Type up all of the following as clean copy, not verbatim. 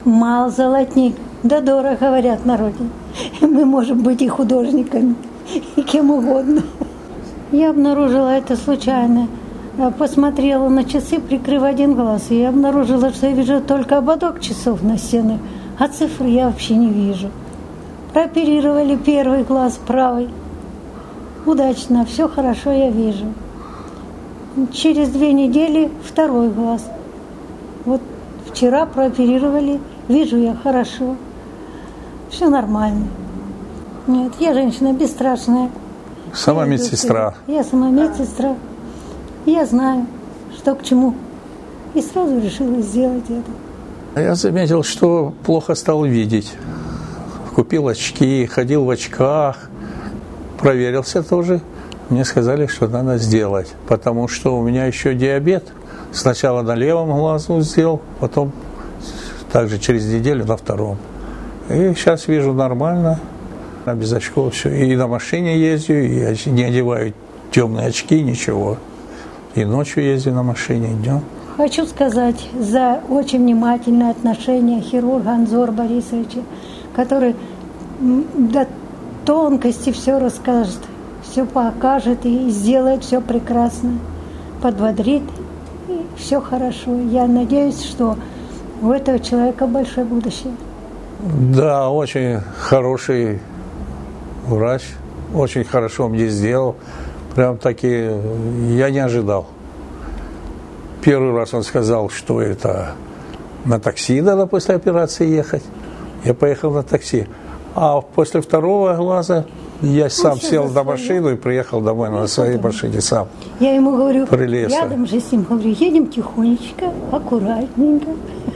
Мал золотник, да дорого, говорят в народе. Мы можем быть и художниками, и кем угодно. Я обнаружила это случайно. Посмотрела на часы, прикрыв один глаз, и я обнаружила, что я вижу только ободок часов на стенах, а цифры я вообще не вижу. Прооперировали первый глаз, правый. Удачно, все хорошо, я вижу. Через 2 недели второй глаз. Вот вчера прооперировали, вижу я хорошо. Все нормально. Нет, я женщина бесстрашная. Сама медсестра. Я сама медсестра. Я знаю, что к чему. И сразу решила сделать это. Я заметил, что плохо стал видеть. Купил очки, ходил в очках. Проверился тоже. Мне сказали, что надо сделать. Потому что у меня еще диабет. Сначала на левом глазу сделал, потом также через неделю на втором. И сейчас вижу нормально. Без очков все. И на машине езжу, и не одеваю темные очки, ничего. И ночью езжу на машине, и днем. Хочу сказать за очень внимательное отношение хирурга Анзора Борисовича, который до тонкости все расскажет, все покажет и сделает все прекрасно, подбодрит, и все хорошо. Я надеюсь, что у этого человека большое будущее. Да, очень хороший врач, очень хорошо мне сделал. Прям таки я не ожидал. Первый раз он сказал, что это на такси надо после операции ехать. Я поехал на такси. А после второго глаза я сам сел на машину и приехал домой на своей машине сам. Я ему говорю, Прилез. рядом же с ним, говорю, едем тихонечко, аккуратненько.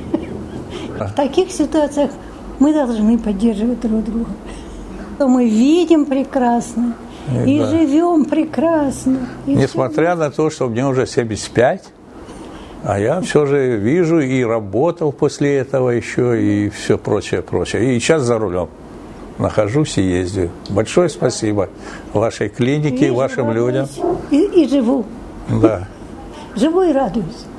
В таких ситуациях мы должны поддерживать друг друга. Мы видим прекрасно и да. Живем прекрасно. И несмотря на то, что мне уже 75, а я все же вижу и работал после этого еще, и все прочее, прочее. И сейчас за рулем нахожусь и ездю. Большое спасибо вашей клинике, вижу, вашим людям. И живу. Да. Живу и радуюсь.